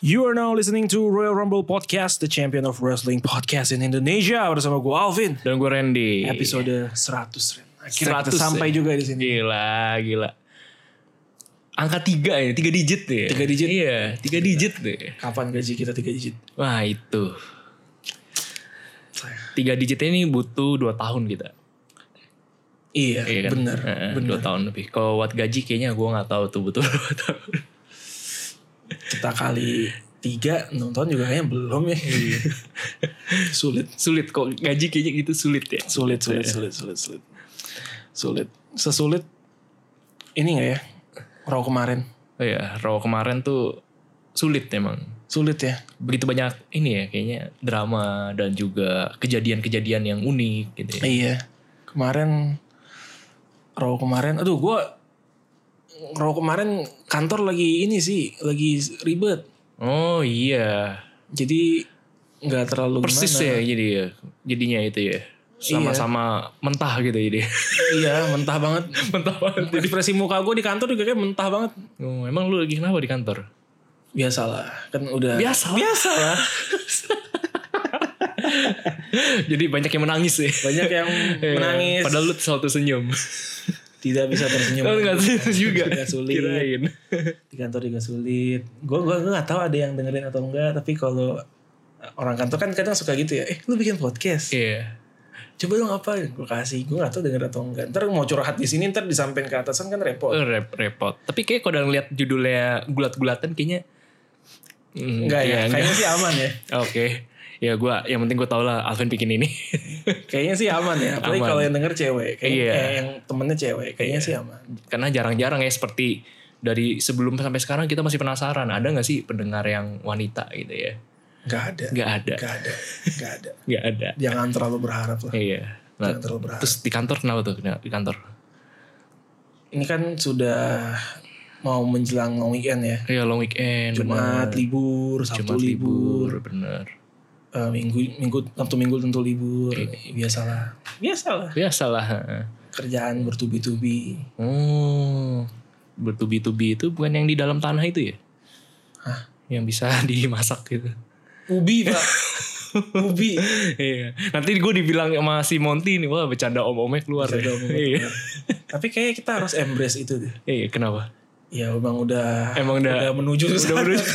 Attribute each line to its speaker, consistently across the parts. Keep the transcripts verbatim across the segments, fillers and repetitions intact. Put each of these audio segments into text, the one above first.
Speaker 1: You are now listening to Royal Rumble Podcast, the champion of wrestling podcast in Indonesia. Bersama gue Alvin
Speaker 2: dan gue Randy.
Speaker 1: Episode seratus. Akhirnya
Speaker 2: seratus
Speaker 1: kita sampai
Speaker 2: ya?
Speaker 1: juga di sini.
Speaker 2: Gila, gila. Angka tiga ya, tiga digit deh.
Speaker 1: Tiga digit?
Speaker 2: Iya, tiga digit deh.
Speaker 1: Kapan gaji kita tiga digit?
Speaker 2: Wah itu. Tiga digitnya ini butuh dua tahun kita.
Speaker 1: Iya,
Speaker 2: iya kan?
Speaker 1: bener,
Speaker 2: uh,
Speaker 1: bener.
Speaker 2: Dua tahun lebih. Kalau buat gaji kayaknya gue gak tahu tuh butuh dua tahun.
Speaker 1: Kita kali tiga nonton juga kayaknya belum ya. Sulit.
Speaker 2: Sulit kok gaji kayaknya gitu sulit ya.
Speaker 1: Sulit, sulit, sulit, sulit, sulit. Sulit. Sesulit ini gak ya? Raw kemarin.
Speaker 2: Oh iya, Raw kemarin tuh sulit emang.
Speaker 1: Sulit ya.
Speaker 2: Begitu banyak ini ya kayaknya drama dan juga kejadian-kejadian yang unik gitu ya.
Speaker 1: Iya. Kemarin Raw kemarin aduh gue Raw kemarin kantor lagi ini sih, lagi ribet.
Speaker 2: Oh iya.
Speaker 1: Jadi nggak terlalu
Speaker 2: persis
Speaker 1: gimana.
Speaker 2: ya jadi ya. Jadinya itu ya. Sama-sama iya. Mentah gitu jadi.
Speaker 1: Iya, mentah banget.
Speaker 2: Mentah banget.
Speaker 1: Jadi ekspresi muka gue di kantor juga kayak mentah banget.
Speaker 2: Oh, emang lu lagi kenapa di kantor?
Speaker 1: Biasalah, kan udah.
Speaker 2: Biasa.
Speaker 1: Biasalah.
Speaker 2: Jadi banyak yang menangis ya.
Speaker 1: Banyak yang menangis.
Speaker 2: Padahal lu selalu senyum.
Speaker 1: Tidak bisa tersenyum.
Speaker 2: Oh, enggak juga.
Speaker 1: Juga sulit.
Speaker 2: Kirain.
Speaker 1: Di kantor juga sulit. Gue gue nggak tahu ada yang dengerin atau enggak. Tapi kalau orang kantor kan kadang suka gitu ya. Eh, lu bikin podcast?
Speaker 2: Iya.
Speaker 1: Coba dong apa? Gue kasih. Gue nggak tahu denger atau enggak. Ntar mau curhat di sini, ntar disampein ke atasan kan repot.
Speaker 2: Oh, rep, repot. Tapi kayak kalau udah ngeliat judulnya gulat-gulatan kayaknya.
Speaker 1: Mm, enggak ya. Kayaknya sih aman ya.
Speaker 2: Oke. Okay. Ya gue, yang penting gue tau lah Alvin bikin ini.
Speaker 1: Kayaknya sih aman ya. Apalagi kalau yang denger cewek. Kayaknya
Speaker 2: iya.
Speaker 1: eh, yang temennya cewek. Kayaknya iya. sih aman.
Speaker 2: Karena jarang-jarang ya seperti dari sebelum sampai sekarang kita masih penasaran. Ada gak sih pendengar yang wanita gitu ya?
Speaker 1: Gak ada.
Speaker 2: Gak ada.
Speaker 1: Gak ada. Gak ada.
Speaker 2: Gak ada.
Speaker 1: Jangan terlalu berharap lah.
Speaker 2: Iya. Nah,
Speaker 1: Jangan terlalu berharap.
Speaker 2: Terus di kantor kenapa tuh? Di kantor?
Speaker 1: Ini kan sudah mau menjelang long weekend ya.
Speaker 2: Iya long weekend.
Speaker 1: Jumat
Speaker 2: bener.
Speaker 1: libur, Sabtu
Speaker 2: Jumat
Speaker 1: libur.
Speaker 2: libur. Bener.
Speaker 1: Uh, minggu minggu Sabtu minggu tentu libur.
Speaker 2: Iya.
Speaker 1: Biasalah. Biasalah.
Speaker 2: Biasalah.
Speaker 1: Kerjaan bertubi-tubi.
Speaker 2: Oh. Bertubi-tubi itu bukan yang di dalam tanah itu ya?
Speaker 1: Hah?
Speaker 2: Yang bisa dimasak gitu.
Speaker 1: Ubi pak. Ubi.
Speaker 2: Iya. Nanti gue dibilang sama si Monty nih, wah bercanda om-omnya keluar.
Speaker 1: Bercanda om-omnya
Speaker 2: iya.
Speaker 1: keluar. Tapi kayaknya kita harus embrace itu deh.
Speaker 2: Iya, kenapa?
Speaker 1: Ya emang udah
Speaker 2: emang udah,
Speaker 1: udah menuju ke sana. Udah menuju.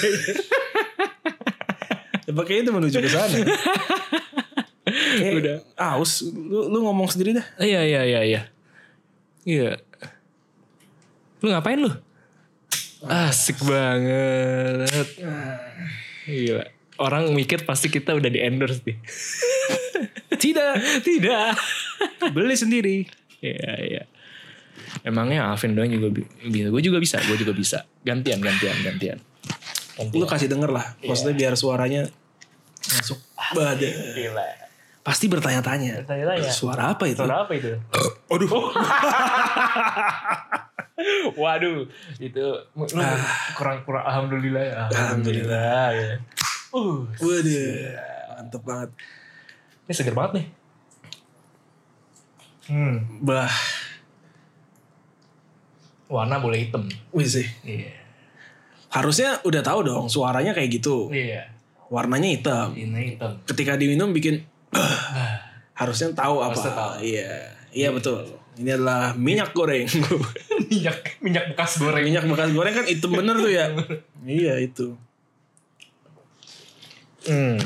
Speaker 1: Ya, kayaknya itu menuju ke sana. Kayak udah aus. Lu, lu ngomong sendiri dah.
Speaker 2: Iya iya iya iya. Iya. Lu ngapain lu? Asik banget. Gila. Orang mikir pasti kita udah di endorse nih.
Speaker 1: Tidak, tidak. Beli sendiri.
Speaker 2: Iya iya. Emangnya Alvin doang juga bisa. Gue juga bisa. Gue juga bisa. Gantian gantian gantian. gantian.
Speaker 1: Lu kasih denger lah. Maksudnya yeah. biar suaranya masuk badan.
Speaker 2: Gila.
Speaker 1: Pasti bertanya-tanya.
Speaker 2: Bertanya-tanya.
Speaker 1: Suara apa itu?
Speaker 2: Suara apa itu?
Speaker 1: Aduh.
Speaker 2: Waduh. Itu ah. kurang-kurang alhamdulillah ya.
Speaker 1: Alhamdulillah ya.
Speaker 2: Uh,
Speaker 1: waduh, mantep banget.
Speaker 2: Ini seger banget nih. Hmm.
Speaker 1: Bah.
Speaker 2: Warna boleh hitam.
Speaker 1: Wih sih.
Speaker 2: Iya.
Speaker 1: Harusnya udah tahu dong suaranya kayak gitu.
Speaker 2: Iya.
Speaker 1: Warnanya hitam.
Speaker 2: Ini hitam.
Speaker 1: Ketika diminum bikin harusnya tahu apa.
Speaker 2: Harusnya tahu.
Speaker 1: Iya. Iya betul. Ini adalah minyak goreng.
Speaker 2: minyak minyak bekas goreng.
Speaker 1: Minyak bekas goreng kan hitam bener tuh ya. Iya itu.
Speaker 2: Hmm.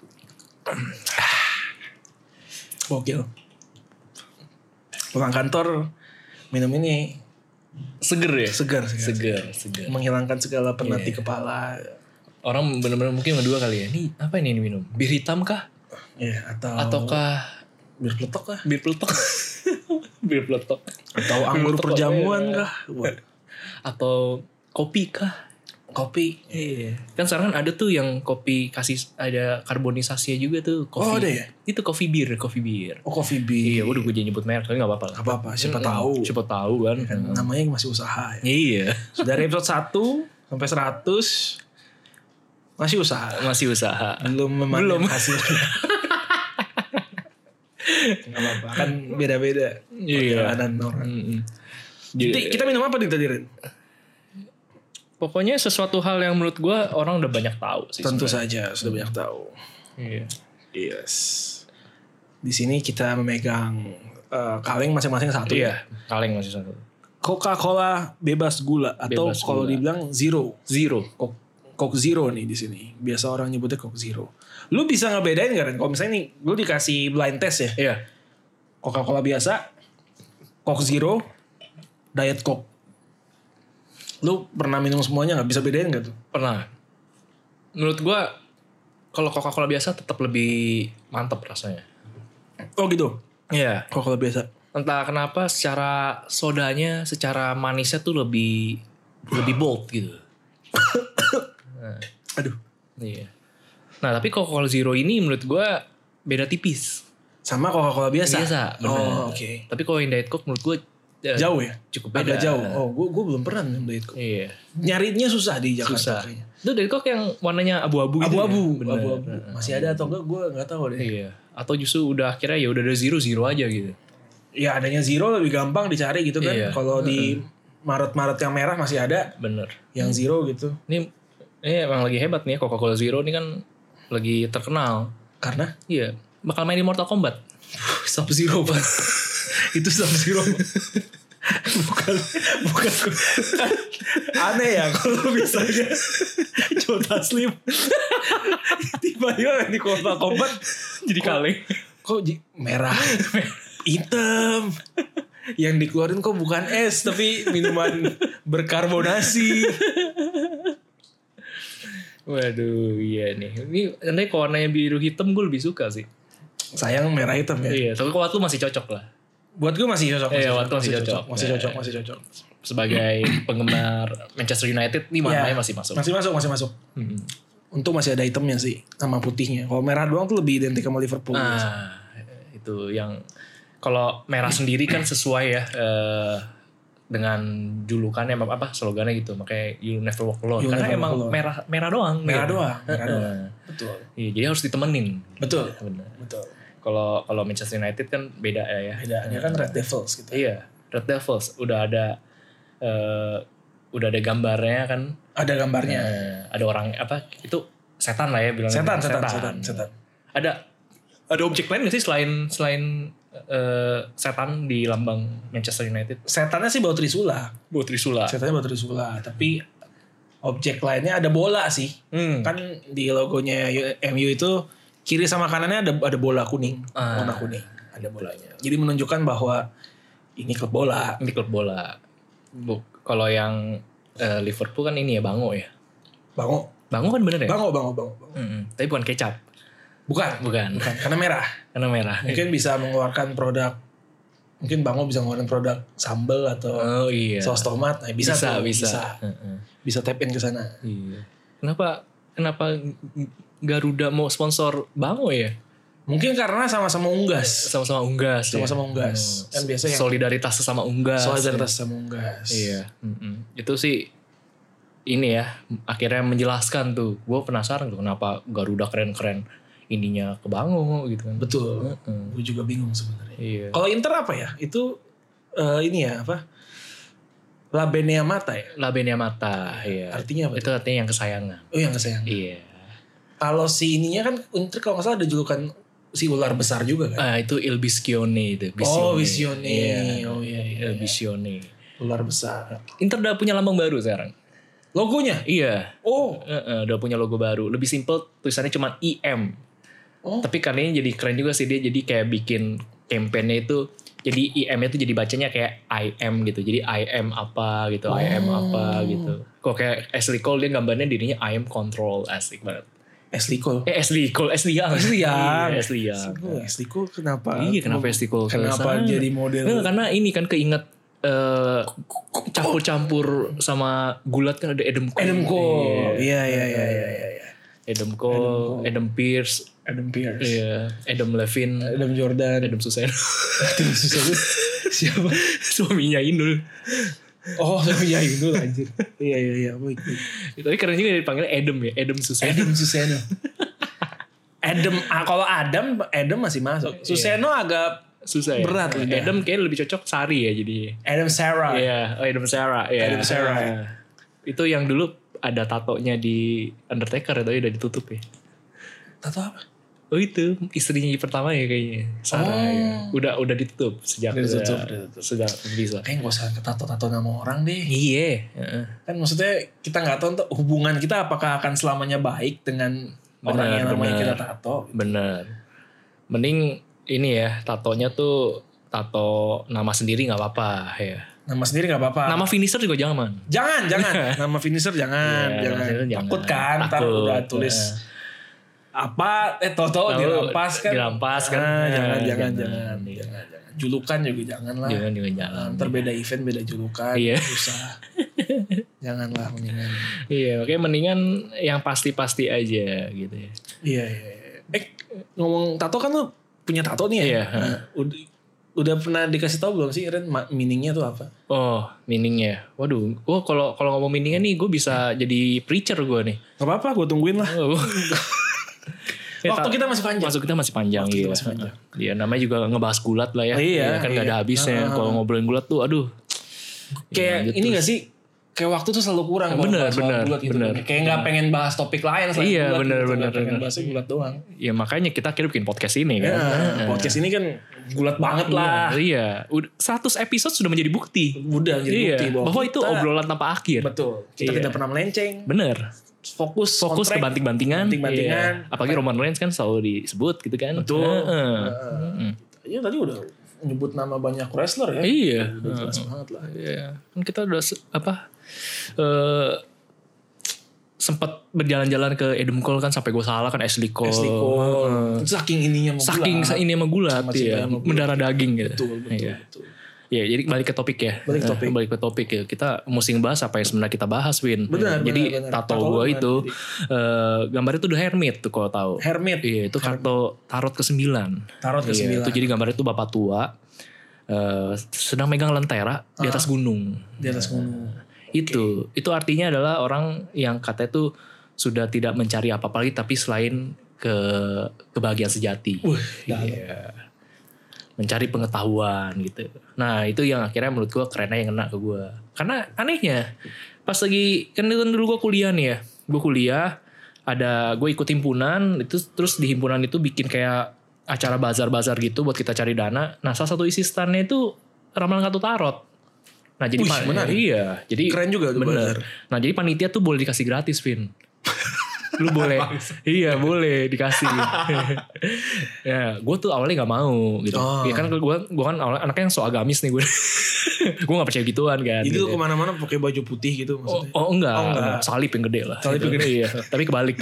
Speaker 1: Gokil. Pulang kantor minum ini
Speaker 2: seger ya?
Speaker 1: Segar, segar.
Speaker 2: Segar, segar.
Speaker 1: Menghilangkan segala penat di
Speaker 2: yeah.
Speaker 1: kepala.
Speaker 2: Orang benar-benar mungkin kedua kali ya. Ini apa ini yang diminum? Bir hitam kah?
Speaker 1: Iya, yeah, atau
Speaker 2: ataukah
Speaker 1: bir peletok kah?
Speaker 2: Bir peletok. Bir peletok.
Speaker 1: Atau anggur perjamuan ya. Kah? What?
Speaker 2: Atau kopi kah?
Speaker 1: Kopi.
Speaker 2: Iya. Kan sekarang kan ada tuh yang kopi kasih ada karbonisasinya juga tuh. Coffee.
Speaker 1: Oh ada ya?
Speaker 2: Itu coffee beer, coffee beer.
Speaker 1: Oh coffee beer.
Speaker 2: Iya, udah gue jadi nyebut merek tapi gak apa-apa.
Speaker 1: Gak apa-apa, siapa
Speaker 2: hmm,
Speaker 1: tahu.
Speaker 2: Siapa tahu kan.
Speaker 1: Ya, kan hmm. namanya masih usaha ya.
Speaker 2: Iya.
Speaker 1: Dari episode satu sampai seratus masih usaha.
Speaker 2: Masih usaha.
Speaker 1: Belum memanen hasilnya. Gak apa-apa, kan beda-beda
Speaker 2: perjalanan
Speaker 1: orang.
Speaker 2: Mm-hmm.
Speaker 1: Jadi kita minum apa di tadi Ren?
Speaker 2: Pokoknya sesuatu hal yang menurut gue orang udah banyak tahu sih.
Speaker 1: Tentu
Speaker 2: sebenarnya.
Speaker 1: saja sudah banyak tahu.
Speaker 2: Iya.
Speaker 1: Yes. Di sini kita memegang uh, kaleng masing-masing satu.
Speaker 2: Iya, kaleng masih satu.
Speaker 1: Coca-Cola bebas gula atau
Speaker 2: Bebas
Speaker 1: kalau
Speaker 2: gula.
Speaker 1: dibilang zero.
Speaker 2: Zero.
Speaker 1: Coke, Coke Zero nih di sini. Biasa orang nyebutnya Coke Zero. Lu bisa ngebedain gak Ren? Kalau misalnya nih lu dikasih blind test ya.
Speaker 2: Iya.
Speaker 1: Coca-Cola biasa, Coke Zero, Diet Coke. Lu pernah minum semuanya gak? Bisa bedain gak tuh?
Speaker 2: Pernah. Menurut gue kalau Coca-Cola biasa tetap lebih mantap rasanya.
Speaker 1: Oh gitu?
Speaker 2: Iya.
Speaker 1: Coca-Cola biasa.
Speaker 2: Entah kenapa secara sodanya, secara manisnya tuh lebih lebih bold gitu. Nah,
Speaker 1: Aduh.
Speaker 2: iya. Nah tapi Coca-Cola Zero ini menurut gue beda tipis.
Speaker 1: Sama Coca-Cola biasa?
Speaker 2: Biasa, benar.
Speaker 1: Oh oke. Okay.
Speaker 2: Tapi kalau yang Diet Coke menurut gue
Speaker 1: Jauh ya?
Speaker 2: cukup beda.
Speaker 1: Agak jauh. Oh gue gue belum pernah minum Diet Coke.
Speaker 2: Iya.
Speaker 1: Nyarinya susah di Jakarta
Speaker 2: Susah.
Speaker 1: kayaknya.
Speaker 2: Itu Diet Coke yang warnanya abu-abu gitu.
Speaker 1: Abu-abu.
Speaker 2: Ya? Bener.
Speaker 1: Abu-abu. Masih ada atau enggak gue gak tahu deh.
Speaker 2: Iya. Atau justru udah akhirnya ya udah ada zero zero aja gitu.
Speaker 1: Ya adanya Zero lebih gampang dicari gitu kan.
Speaker 2: Iya.
Speaker 1: Kalau di Maret-Maret yang merah masih ada.
Speaker 2: Bener.
Speaker 1: Yang Zero gitu.
Speaker 2: Ini ini emang lagi hebat nih Coca-Cola Zero ini kan lagi terkenal.
Speaker 1: Karena?
Speaker 2: Iya. Bakal main di Mortal Kombat.
Speaker 1: Sub Zero Pak. Itu Sub Zero. bukan bukan kan aneh ya kalau misalnya Joe Taslim tiba-tiba di Mortal Kombat
Speaker 2: Jadi kaleng.
Speaker 1: kok j- merah hitam yang dikeluarin kok bukan es tapi minuman berkarbonasi.
Speaker 2: Waduh iya nih. Ini nanti kalau warnanya biru hitam gue lebih suka sih.
Speaker 1: Sayang merah hitam ya.
Speaker 2: Iya. Tapi kalau lu masih cocok lah.
Speaker 1: Buat gue masih cocok.
Speaker 2: Iya,
Speaker 1: Masih
Speaker 2: buat lu masih cocok.
Speaker 1: Masih
Speaker 2: Nah.
Speaker 1: cocok. Masih cocok.
Speaker 2: Sebagai penggemar Manchester United nih warnanya
Speaker 1: Iya,
Speaker 2: masih masuk.
Speaker 1: Masih masuk. Masih masuk.
Speaker 2: Hmm.
Speaker 1: Untung masih ada hitamnya sih sama putihnya. Kalau merah doang tuh lebih identik sama Liverpool.
Speaker 2: Ah, itu yang kalau merah sendiri kan sesuai ya eh, dengan julukannya apa apa slogannya gitu. Makanya you never walk alone.
Speaker 1: You
Speaker 2: Karena
Speaker 1: never
Speaker 2: emang
Speaker 1: walk alone.
Speaker 2: merah merah doang.
Speaker 1: Merah
Speaker 2: gitu.
Speaker 1: doang. Merah
Speaker 2: Heeh.
Speaker 1: doang. Betul.
Speaker 2: Iya, jadi harus ditemenin.
Speaker 1: Betul.
Speaker 2: Benar.
Speaker 1: Betul.
Speaker 2: Kalau kalau Manchester United kan beda ya. ya.
Speaker 1: Beda. Dia kan Red Devils gitu.
Speaker 2: Iya, Red Devils udah ada eh, udah ada gambarnya kan.
Speaker 1: Ada gambarnya.
Speaker 2: Eh, ada orang apa itu setan lah ya bilangnya.
Speaker 1: Setan, setan, setan, setan.
Speaker 2: Ada ada objek lain nggak sih selain selain eh, setan di lambang Manchester United?
Speaker 1: Setannya sih bawa Trisula.
Speaker 2: Bawa Trisula.
Speaker 1: Setannya bawa Trisula. Tapi objek lainnya ada bola sih.
Speaker 2: Hmm.
Speaker 1: Kan di logonya M U itu kiri sama kanannya ada ada bola kuning,
Speaker 2: Ah.
Speaker 1: warna kuning, ada bolanya. Jadi menunjukkan bahwa ini klub bola.
Speaker 2: Ini klub bola. Bu, kalau yang eh, Liverpool kan ini ya Bango ya.
Speaker 1: Bango,
Speaker 2: Bango kan bener ya?
Speaker 1: bango, bango, bango. bango.
Speaker 2: Mm-mm. Tapi bukan kecap.
Speaker 1: Bukan,
Speaker 2: Bukan.
Speaker 1: bukan, karena merah.
Speaker 2: Karena merah.
Speaker 1: Mungkin bisa mengeluarkan produk, mungkin Bango bisa mengeluarkan produk sambal atau
Speaker 2: Oh iya.
Speaker 1: saus tomat. Nah, bisa,
Speaker 2: bisa,
Speaker 1: tuh,
Speaker 2: bisa.
Speaker 1: bisa,
Speaker 2: Heeh.
Speaker 1: bisa tap in ke sana.
Speaker 2: Iya. Kenapa kenapa Garuda mau sponsor Bango ya?
Speaker 1: Mungkin karena sama-sama unggas,
Speaker 2: Sama-sama Unggas.
Speaker 1: sama-sama
Speaker 2: ya?
Speaker 1: unggas.
Speaker 2: Hmm.
Speaker 1: Kan biasanya
Speaker 2: Solidaritas sesama Unggas.
Speaker 1: solidaritas sama unggas.
Speaker 2: Iya. Mm-mm. Itu sih ini ya akhirnya menjelaskan tuh. Gue penasaran tuh kenapa Garuda keren-keren ininya ke Bango gitu kan.
Speaker 1: Betul.
Speaker 2: Mm-mm.
Speaker 1: Gue juga bingung sebenarnya.
Speaker 2: Iya.
Speaker 1: Kalau Inter apa ya? Itu eh, ini ya apa? Labenia Mata ya.
Speaker 2: Labenia Mata. Iya.
Speaker 1: Artinya apa?
Speaker 2: Itu artinya yang kesayangan.
Speaker 1: Oh yang kesayang.
Speaker 2: Iya.
Speaker 1: Kalau si ininya kan Inter kalau nggak salah ada julukan si ular besar juga kan.
Speaker 2: Ah itu Il Biscione itu.
Speaker 1: Oh Visione.
Speaker 2: Iya.
Speaker 1: Oh iya iya.
Speaker 2: Il Biscione.
Speaker 1: Ular besar.
Speaker 2: Inter udah punya lambang baru sekarang.
Speaker 1: Logonya?
Speaker 2: Iya.
Speaker 1: Oh.
Speaker 2: Uh, uh, udah punya logo baru. Lebih simple tulisannya cuma I M.
Speaker 1: Oh.
Speaker 2: Tapi karena ini jadi keren juga sih dia jadi kayak bikin campaign-nya itu jadi I M-nya itu jadi bacanya kayak I am gitu. Jadi I am apa gitu, I am apa gitu. Kok kayak Ashley Cole dia gambarnya dirinya I am control, asik banget.
Speaker 1: Ashley Cole.
Speaker 2: Eh Ashley Cole, Ashley Young.
Speaker 1: Ashley Young.
Speaker 2: Iya, Ashley Young.
Speaker 1: Ashley Cole kenapa?
Speaker 2: Iya, kenapa Ashley Cole?
Speaker 1: Kenapa
Speaker 2: Kesana?
Speaker 1: jadi model?
Speaker 2: Nggak, karena ini kan keinget eh, campur-campur sama gulat kan ada Adam Cole.
Speaker 1: Adam Cole. Iya iya iya iya iya.
Speaker 2: Adam Cole, Adam Pierce,
Speaker 1: Adam Pierce.
Speaker 2: iya, Adam Levine,
Speaker 1: Adam Jordan.
Speaker 2: Adam Suseno.
Speaker 1: Adam Suseno. Siapa?
Speaker 2: Suaminya Indul.
Speaker 1: Oh iya itu anjir. Iya iya iya. Baik, baik.
Speaker 2: Tapi keren juga dipanggil Adam ya, Adam Suseno.
Speaker 1: Adam Suseno. Adam, ah, kalau Adam, Adam masih masuk. Suseno agak
Speaker 2: Susah ya.
Speaker 1: berat lidah.
Speaker 2: Adam kayaknya lebih cocok Sari ya jadi.
Speaker 1: Adam Sarah.
Speaker 2: Iya, oh, Adam Sarah. Iya.
Speaker 1: Adam Sarah.
Speaker 2: Ah. Itu yang dulu ada tatonya di Undertaker atau udah ditutup ya?
Speaker 1: Tato apa?
Speaker 2: Oh itu istrinya pertama ya kayaknya Sarah
Speaker 1: Oh.
Speaker 2: ya. Udah udah ditutup sejak
Speaker 1: Udah ditutup,
Speaker 2: udah,
Speaker 1: udah ditutup.
Speaker 2: sudah bisa.
Speaker 1: Kayaknya gak usah tato-tato nama orang deh.
Speaker 2: Iya. Heeh.
Speaker 1: Kan maksudnya kita gak tahu untuk hubungan kita apakah akan selamanya baik dengan orang
Speaker 2: Benar,
Speaker 1: yang namanya
Speaker 2: benar.
Speaker 1: kita tato.
Speaker 2: Bener. Mending ini ya tatonya tuh tato nama sendiri nggak apa-apa ya.
Speaker 1: Nama sendiri gak apa-apa.
Speaker 2: Nama finisher juga jangan.
Speaker 1: Jangan, jangan. Nama finisher jangan.
Speaker 2: Iya,
Speaker 1: jangan.
Speaker 2: nama finisher jangan.
Speaker 1: Takut kan. Ntar
Speaker 2: Takut.
Speaker 1: udah tulis
Speaker 2: Nah.
Speaker 1: apa. Eh toto
Speaker 2: Lalu
Speaker 1: dirampas kan.
Speaker 2: dirampas kan.
Speaker 1: Ah, jangan,
Speaker 2: Nah,
Speaker 1: jangan,
Speaker 2: jangan.
Speaker 1: jangan,
Speaker 2: Iya.
Speaker 1: jangan, jangan. Julukan juga jangan lah.
Speaker 2: Jangan juga jangan.
Speaker 1: Ntar beda event, beda julukan.
Speaker 2: Iya.
Speaker 1: Susah. Janganlah mendingan.
Speaker 2: Iya, oke mendingan yang pasti-pasti aja gitu ya.
Speaker 1: Iya, iya, iya. Eh, ngomong tato kan lu punya tato nih ya?
Speaker 2: Iya.
Speaker 1: Nah, udah, udah pernah dikasih tahu belum sih Ren ma- meaningnya tuh apa?
Speaker 2: Oh, meaningnya. Waduh, gua kalau kalau ngomong meaningnya nih, gue bisa jadi preacher gue nih.
Speaker 1: Gak apa-apa, gue tungguin lah.
Speaker 2: Oh. Ya,
Speaker 1: Waktu
Speaker 2: ta-
Speaker 1: kita masih panjang.
Speaker 2: Waktu kita masih panjang
Speaker 1: Waktu kita
Speaker 2: iya.
Speaker 1: masih panjang.
Speaker 2: Iya, namanya juga ngebahas gulat lah ya.
Speaker 1: Oh, iya,
Speaker 2: kan gak
Speaker 1: iya.
Speaker 2: ada habisnya.
Speaker 1: Ah.
Speaker 2: Kalau ngobrolin gulat tuh, aduh.
Speaker 1: Kayak
Speaker 2: lanjut
Speaker 1: ini
Speaker 2: terus.
Speaker 1: gak sih? Kayak waktu tuh selalu kurang. kalau
Speaker 2: Bener,
Speaker 1: bahas soal
Speaker 2: bener,
Speaker 1: gulat gitu.
Speaker 2: bener.
Speaker 1: Kayak gak pengen bahas topik lain selain
Speaker 2: Iya,
Speaker 1: gulat.
Speaker 2: bener,
Speaker 1: gitu.
Speaker 2: bener,
Speaker 1: Gak pengen
Speaker 2: bener.
Speaker 1: bahasnya gulat doang.
Speaker 2: Ya makanya kita akhirnya bikin podcast ini kan.
Speaker 1: Ya,
Speaker 2: Nah.
Speaker 1: podcast ini kan gulat banget lah.
Speaker 2: Iya, udah seratus episode sudah menjadi bukti.
Speaker 1: Udah jadi
Speaker 2: Iya,
Speaker 1: bukti bahwa,
Speaker 2: bahwa itu
Speaker 1: kita-
Speaker 2: obrolan tanpa akhir.
Speaker 1: Betul. Kita
Speaker 2: Iya.
Speaker 1: tidak pernah melenceng.
Speaker 2: Bener.
Speaker 1: Fokus,
Speaker 2: Fokus
Speaker 1: on
Speaker 2: ke
Speaker 1: track.
Speaker 2: banting-bantingan.
Speaker 1: Banting-bantingan.
Speaker 2: Iya. Apalagi Roman Reigns kan selalu disebut gitu kan.
Speaker 1: Betul.
Speaker 2: Heeh.
Speaker 1: Heeh. Iya tadi udah nyebut nama banyak wrestler ya.
Speaker 2: Iya.
Speaker 1: Udah jelas banget lah.
Speaker 2: Iya. Kan kita udah se- apa eh sempat berjalan-jalan ke Adam Cole kan sampai gue salah kan Ashley Cole.
Speaker 1: Ashley Cole. Itu saking ininya sama
Speaker 2: Saking
Speaker 1: gulat.
Speaker 2: ini sama gulat
Speaker 1: Sama
Speaker 2: ya,
Speaker 1: cintanya sama gulat.
Speaker 2: mendarah daging gitu.
Speaker 1: Betul, betul,
Speaker 2: Iya.
Speaker 1: betul.
Speaker 2: Ya, jadi balik ke topik ya.
Speaker 1: Balik ke topik.
Speaker 2: Eh, Balik ke topik ya. Kita mesti bahas apa yang sebenarnya kita bahas, Win.
Speaker 1: Benar,
Speaker 2: Ya, jadi
Speaker 1: benar, benar.
Speaker 2: tato
Speaker 1: Tato
Speaker 2: gue
Speaker 1: lu
Speaker 2: itu eh gambarnya tuh The Hermit tuh kalau tahu.
Speaker 1: Hermit.
Speaker 2: Iya, itu kartu tarot ke sembilan.
Speaker 1: Tarot ke sembilan.
Speaker 2: Itu jadi gambarnya tuh bapak tua eh sedang megang lentera di atas gunung.
Speaker 1: Di atas gunung.
Speaker 2: Itu, itu artinya adalah orang yang katanya tuh sudah tidak mencari apa-apa lagi tapi selain ke kebahagiaan sejati.
Speaker 1: Wih,
Speaker 2: Iya. Mencari pengetahuan gitu. Nah itu yang akhirnya menurut gue kerennya yang kena ke gue. Karena anehnya pas lagi kan dulu gue kuliah nih ya. Gue kuliah ada gue ikut himpunan itu terus di himpunan itu bikin kayak acara bazar-bazar gitu buat kita cari dana. Nah salah satu isi stand-nya itu ramalan kartu tarot. Nah jadi
Speaker 1: Wih,
Speaker 2: pan-
Speaker 1: menarik.
Speaker 2: iya, jadi
Speaker 1: Keren juga tuh bazar.
Speaker 2: bener. Nah jadi panitia tuh boleh dikasih gratis, Vin. Lu boleh, iya boleh dikasih. Ya, gue tuh awalnya nggak mau gitu.
Speaker 1: Oh.
Speaker 2: Ya kan gue, gue kan awalnya anaknya yang so agamis nih gue. Gue nggak percaya gituan kan.
Speaker 1: Jadi
Speaker 2: gitu.
Speaker 1: lu kemana-mana pakai baju putih gitu
Speaker 2: Oh,
Speaker 1: maksudnya.
Speaker 2: oh enggak,
Speaker 1: Oh, enggak.
Speaker 2: salib yang gede lah.
Speaker 1: Salib yang
Speaker 2: Gitu.
Speaker 1: gede.
Speaker 2: Iya, tapi kebalik.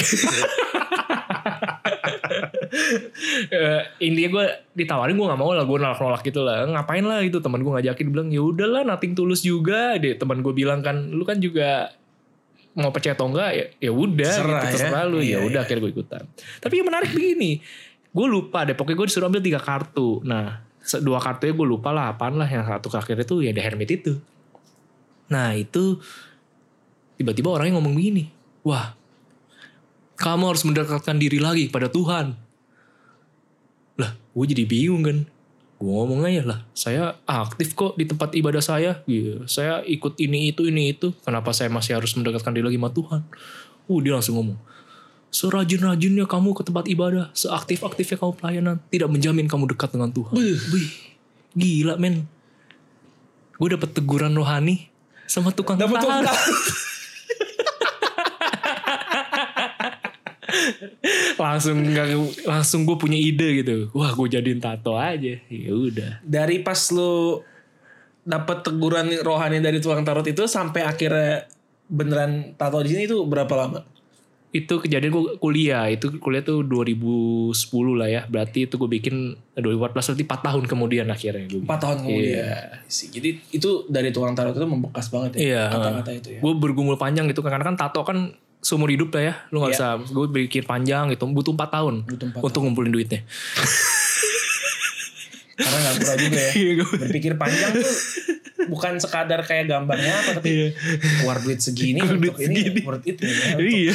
Speaker 2: Eh, intinya gue ditawarin gue nggak mau lah, gue nolak-nolak gitu lah. Ngapain lah gitu, teman gue ngajakin bilang ya udahlah nothing tulus juga deh. Teman gue bilang kan lu kan juga mau percaya atau enggak ya ya udah
Speaker 1: Terserah
Speaker 2: gitu
Speaker 1: ya.
Speaker 2: terserah lu
Speaker 1: Iya,
Speaker 2: ya udah
Speaker 1: iya.
Speaker 2: akhirnya gue ikutan. Tapi yang menarik begini, gue lupa deh pokoknya gue disuruh ambil tiga kartu. Nah se- dua kartunya gue lupa lah apaan lah, yang satu akhirnya tuh ya The Hermit itu. Nah itu tiba-tiba orangnya ngomong begini, wah kamu harus mendekatkan diri lagi pada Tuhan. Lah gue jadi bingung kan. Gue ngomong aja lah, saya aktif kok di tempat ibadah saya. Gitu. Saya ikut ini itu ini itu. Kenapa saya masih harus mendekatkan diri lagi sama Tuhan? Uh dia langsung ngomong, serajin-rajinnya kamu ke tempat ibadah, seaktif-aktifnya kamu pelayanan, tidak menjamin kamu dekat dengan Tuhan. Wih, gila men. Gue dapet teguran rohani sama tukang
Speaker 1: Dapat
Speaker 2: tarot. langsung nggak langsung gue punya ide gitu, wah gue jadiin tato aja. Ya udah.
Speaker 1: Dari pas lu dapat teguran rohani dari tukang tarot itu sampai akhirnya beneran tato di sini itu berapa lama?
Speaker 2: Itu kejadian gue kuliah, itu kuliah tuh dua ribu sepuluh lah ya, berarti itu gue bikin dua ribu empat belas, berarti empat tahun kemudian akhirnya gue
Speaker 1: empat tahun kemudian.
Speaker 2: Iya.
Speaker 1: Sih. Jadi itu dari tukang tarot itu membekas banget ya
Speaker 2: Iya.
Speaker 1: kata-kata itu ya.
Speaker 2: Gue bergumul panjang gitu, karena kan tato kan seumur hidup lah ya, lu nggak
Speaker 1: Iya.
Speaker 2: usah. Gue bikin panjang gitu, butuh empat tahun
Speaker 1: Butuh empat
Speaker 2: untuk ngumpulin duitnya.
Speaker 1: Karena gak murah juga ya.
Speaker 2: Iya, gua-
Speaker 1: Berpikir panjang tuh bukan sekadar kayak gambarnya apa, tapi
Speaker 2: Iya.
Speaker 1: keluar duit segini
Speaker 2: Keluar
Speaker 1: untuk
Speaker 2: duit
Speaker 1: ini
Speaker 2: segini.
Speaker 1: worth it ya.
Speaker 2: Iya.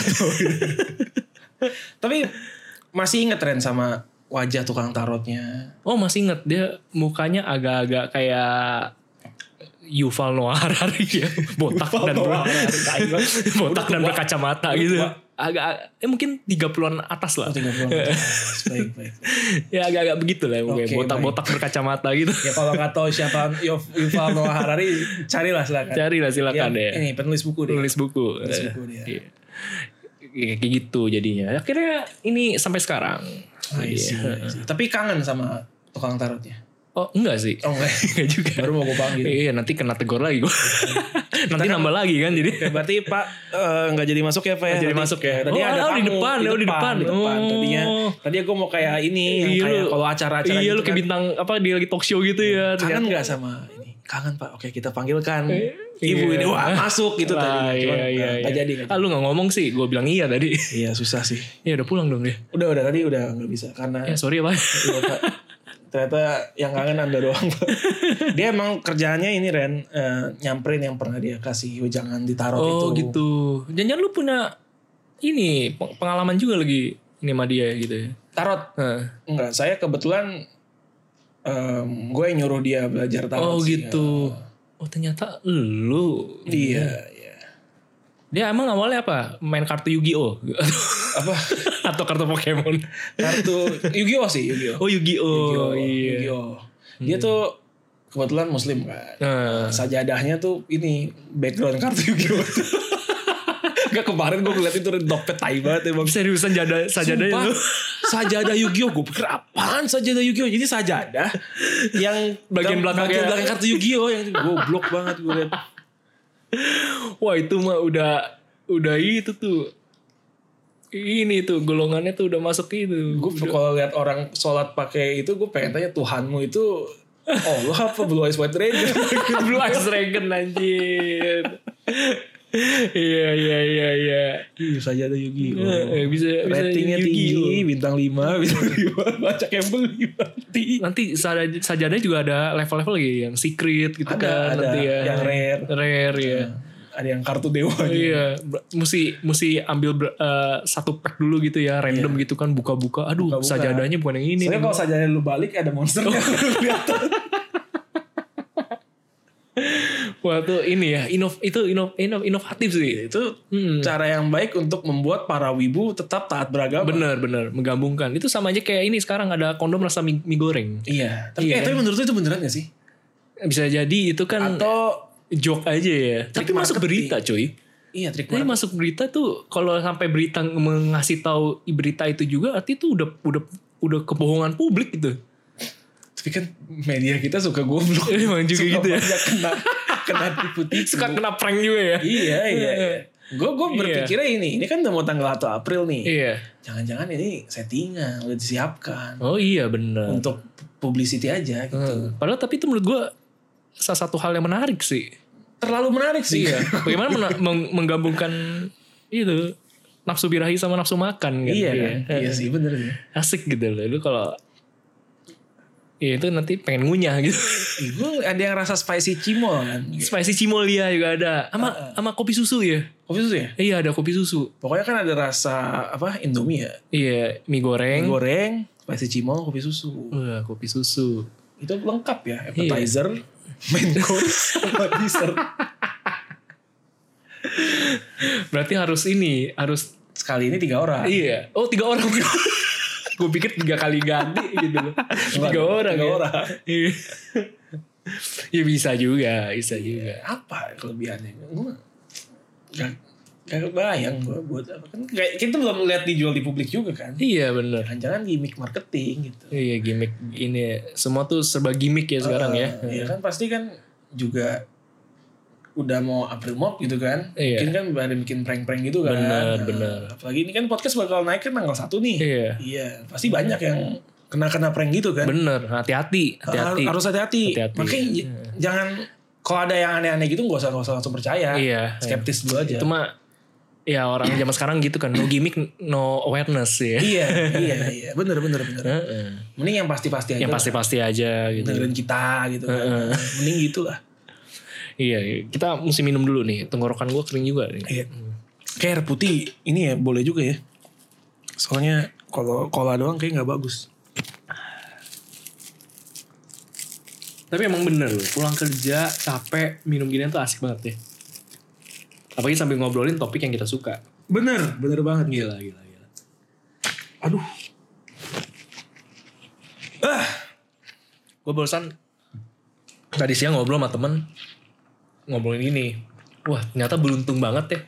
Speaker 1: Tapi masih inget Ren sama wajah tukang tarotnya.
Speaker 2: Oh masih inget, dia mukanya agak-agak kayak Yuval Noah Harari ya, botak dan ber, botak dan berkacamata gitu. Agak eh mungkin tiga puluhan atas lah.
Speaker 1: Oh, tiga puluhan atas. Baik, baik.
Speaker 2: Ya agak-agak begitu lah mungkin.
Speaker 1: Okay,
Speaker 2: botak-botak berkacamata gitu.
Speaker 1: Ya kalau nggak tahu siapa Yuval Noah Harari, carilah silakan.
Speaker 2: Carilah silakan ya.
Speaker 1: Ini penulis buku deh.
Speaker 2: Penulis buku.
Speaker 1: Penulis buku dia.
Speaker 2: Iya. Kayak gitu jadinya. Akhirnya ini sampai sekarang.
Speaker 1: I see, I see. Tapi kangen sama tukang tarotnya.
Speaker 2: Oh enggak sih.
Speaker 1: Oh enggak.
Speaker 2: Enggak juga.
Speaker 1: Baru mau gue panggil.
Speaker 2: Iya nanti kena tegur lagi gue. Nanti nambah lagi kan jadi.
Speaker 1: Oke, berarti Pak uh, gak jadi masuk ya Pak ya?
Speaker 2: Jadi
Speaker 1: Tadi,
Speaker 2: masuk ya.
Speaker 1: Tadi
Speaker 2: Oh,
Speaker 1: ada
Speaker 2: oh,
Speaker 1: tamu.
Speaker 2: di depan.
Speaker 1: Di
Speaker 2: oh, di
Speaker 1: depan.
Speaker 2: depan.
Speaker 1: Di depan.
Speaker 2: Oh.
Speaker 1: Tadinya, tadi gue mau kayak ini. Yang
Speaker 2: Iya,
Speaker 1: kayak
Speaker 2: lu-
Speaker 1: kalau acara-acara
Speaker 2: Iya
Speaker 1: gitu
Speaker 2: lu kayak
Speaker 1: kan.
Speaker 2: bintang apa dia lagi talk show gitu ya.
Speaker 1: Kangen
Speaker 2: ternyata.
Speaker 1: gak sama ini? Kangen Pak. Oke kita panggilkan.
Speaker 2: Eh,
Speaker 1: Ibu
Speaker 2: iya.
Speaker 1: ini. Wah masuk gitu
Speaker 2: Lah,
Speaker 1: tadi. Cuman
Speaker 2: iya, iya,
Speaker 1: gak
Speaker 2: iya.
Speaker 1: jadi. Gak
Speaker 2: Ah lu gak ngomong sih. Gue bilang iya tadi.
Speaker 1: Iya susah sih.
Speaker 2: Ya udah pulang dong dia.
Speaker 1: Udah udah tadi udah gak bisa. Karena
Speaker 2: Ya sorry ya Pak.
Speaker 1: iya, Pak. Ternyata yang kangen anda doang Pak. Dia emang kerjaannya ini Ren. eh, nyamperin yang pernah dia kasih wejangan di tarot itu.
Speaker 2: Oh gitu. Jangan-jangan lu punya ini peng- pengalaman juga lagi ini sama dia gitu ya.
Speaker 1: Tarot.
Speaker 2: Hah.
Speaker 1: Enggak, saya kebetulan em, gue yang nyuruh dia belajar tarot
Speaker 2: Oh
Speaker 1: sih,
Speaker 2: gitu. Oh ternyata lu.
Speaker 1: ya. Iya, iya.
Speaker 2: Dia emang awalnya apa? Main kartu Yu-Gi-Oh?
Speaker 1: Apa?
Speaker 2: Atau kartu Pokemon?
Speaker 1: Kartu Yu-Gi-Oh sih, Yu-Gi-Oh.
Speaker 2: Oh Yu-Gi-Oh.
Speaker 1: Yu-Gi-Oh.
Speaker 2: Iya.
Speaker 1: Yu-Gi-Oh. Dia tuh kebetulan muslim kan.
Speaker 2: Nah.
Speaker 1: Sajadahnya tuh ini background kartu Yu-Gi-Oh. Gak kemarin gue ngeliat itu dompet tai banget emang.
Speaker 2: Seriusan jada sajadah
Speaker 1: Sumpah,
Speaker 2: itu?
Speaker 1: sajadah Yu-Gi-Oh. Gue pikir apaan sajadah Yu-Gi-Oh. Jadi sajadah yang
Speaker 2: Bagian belakangnya.
Speaker 1: bagian belakang kartu Yu-Gi-Oh yang goblok banget gue liat.
Speaker 2: Wah itu mah udah udah itu tuh. Ini tuh golongannya tuh udah masuk itu.
Speaker 1: Gue kalau lihat orang sholat pakai itu gue pengen tanya Tuhanmu itu Allah apa Blue Eyes White Dragon?
Speaker 2: Blue Eyes Dragon anjir. Iya iya iya iya.
Speaker 1: Iya saja ada Yugi.
Speaker 2: Eh, bisa bisa
Speaker 1: Ratingnya
Speaker 2: Yu-Gi-Oh.
Speaker 1: tinggi, bintang lima, bintang lima. Baca yang beli nanti.
Speaker 2: Nanti sajada- sajadahnya juga ada level-level lagi yang secret gitu
Speaker 1: Ada,
Speaker 2: kan
Speaker 1: ada.
Speaker 2: nanti ya.
Speaker 1: Yang rare.
Speaker 2: Rare ya.
Speaker 1: Ada yang kartu dewa gitu.
Speaker 2: Iya, ber- mesti mesti ambil ber- eh, satu pack dulu gitu ya, random gitu kan, buka-buka. Aduh,
Speaker 1: Buka-buka.
Speaker 2: sajadahnya bukan yang ini.
Speaker 1: Soalnya
Speaker 2: nih.
Speaker 1: kalau sajadahnya lu balik ada monsternya. Kelihatan.
Speaker 2: Wah tuh ini ya, inov itu inov, inov, inovatif sih.
Speaker 1: Itu
Speaker 2: Hmm.
Speaker 1: cara yang baik untuk membuat para wibu tetap taat beragama.
Speaker 2: Bener bener menggabungkan. Itu sama aja kayak ini sekarang ada kondom rasa mie, mie goreng.
Speaker 1: Iya. Tapi,
Speaker 2: Iya.
Speaker 1: eh, tapi menurut lu itu beneran gak sih?
Speaker 2: Bisa jadi itu kan
Speaker 1: Atau
Speaker 2: joke aja ya. Tapi
Speaker 1: trik
Speaker 2: masuk
Speaker 1: marketing.
Speaker 2: berita cuy.
Speaker 1: iya trik
Speaker 2: Tapi
Speaker 1: marketing.
Speaker 2: masuk berita tuh kalau sampai berita mengasih tahu berita itu juga arti itu udah udah udah kebohongan publik gitu.
Speaker 1: Tapi kan media kita suka goblok.
Speaker 2: Emang juga
Speaker 1: Suka
Speaker 2: gitu ya.
Speaker 1: banyak kena kena tipu-tipu.
Speaker 2: Suka kena prank juga ya.
Speaker 1: Iya iya. iya. Gue gue
Speaker 2: Iya.
Speaker 1: berpikirnya ini, ini kan udah mau tanggal satu April nih.
Speaker 2: Iya.
Speaker 1: Jangan-jangan ini settingan, udah disiapkan
Speaker 2: Oh iya benar.
Speaker 1: untuk publicity aja gitu.
Speaker 2: Hmm. Padahal tapi itu menurut gue salah satu hal yang menarik sih.
Speaker 1: Terlalu menarik sih.
Speaker 2: Iya. Bagaimana mena- meng- menggabungkan itu nafsu birahi sama nafsu makan kan.
Speaker 1: Iya kan? Iya sih bener sih.
Speaker 2: Asik gitu loh. Lu kalau iya itu nanti pengen ngunyah gitu.
Speaker 1: Gue ada yang rasa spicy cimol kan.
Speaker 2: Spicy cimolia juga ada. Sama sama kopi susu ya.
Speaker 1: Kopi susu ya?
Speaker 2: Iya ada kopi susu.
Speaker 1: Pokoknya kan ada rasa apa Indomie ya.
Speaker 2: Iya mie goreng.
Speaker 1: Mie goreng, spicy cimol, kopi susu.
Speaker 2: Wah, kopi susu.
Speaker 1: Itu lengkap ya. Appetizer, main course, sama dessert.
Speaker 2: Berarti harus ini harus
Speaker 1: Sekali ini tiga orang.
Speaker 2: iya. Oh tiga orang. Gue pikir tiga kali ganti gitu loh. Tiga orang
Speaker 1: tiga
Speaker 2: ya.
Speaker 1: orang.
Speaker 2: Iya. Ya bisa juga, bisa juga.
Speaker 1: Apa kelebihannya? Gue gak, gak bayang gue buat apa kan. Kayak kita belum lihat dijual di publik juga kan.
Speaker 2: Iya bener.
Speaker 1: Jangan-jangan gimmick marketing gitu.
Speaker 2: Iya gimmick ini semua tuh serba gimmick ya sekarang
Speaker 1: Uh,
Speaker 2: ya.
Speaker 1: Iya kan pasti kan juga udah mau April Mop gitu kan.
Speaker 2: Iya.
Speaker 1: Mungkin kan ada bikin prank-prank gitu kan.
Speaker 2: Bener,
Speaker 1: Nah,
Speaker 2: bener.
Speaker 1: Apalagi ini kan podcast bakal naik kan tanggal satu nih.
Speaker 2: Iya.
Speaker 1: Iya, pasti banyak yang kena-kena prank gitu kan.
Speaker 2: Bener, hati-hati, hati-hati.
Speaker 1: Har- Harus hati-hati.
Speaker 2: Hati-hati.
Speaker 1: Makanya j- jangan kalau ada yang aneh-aneh gitu gak usah, gak usah langsung percaya.
Speaker 2: Iya.
Speaker 1: Skeptis dulu aja.
Speaker 2: Itu mah ya orang zaman sekarang gitu kan, no gimmick, no awareness ya.
Speaker 1: iya, iya, iya. Bener, bener, bener.
Speaker 2: Heeh.
Speaker 1: Mending yang pasti-pasti aja.
Speaker 2: Yang pasti-pasti aja gitu.
Speaker 1: Dengerin kita gitu kan. Mending gitu lah.
Speaker 2: Iya, kita mesti minum dulu nih. Tenggorokan gue kering juga nih.
Speaker 1: Iya. Kayak air putih ini ya boleh juga ya. Soalnya kalau cola doang kayak nggak bagus.
Speaker 2: Tapi emang bener loh, pulang kerja capek minum ginian tuh asik banget ya. Apalagi sambil ngobrolin topik yang kita suka.
Speaker 1: Bener, bener banget.
Speaker 2: Gila, gila, gila.
Speaker 1: Aduh.
Speaker 2: Ah, gue barusan tadi siang ngobrol sama temen, ngobrolin ini. Wah, ternyata beruntung banget ya.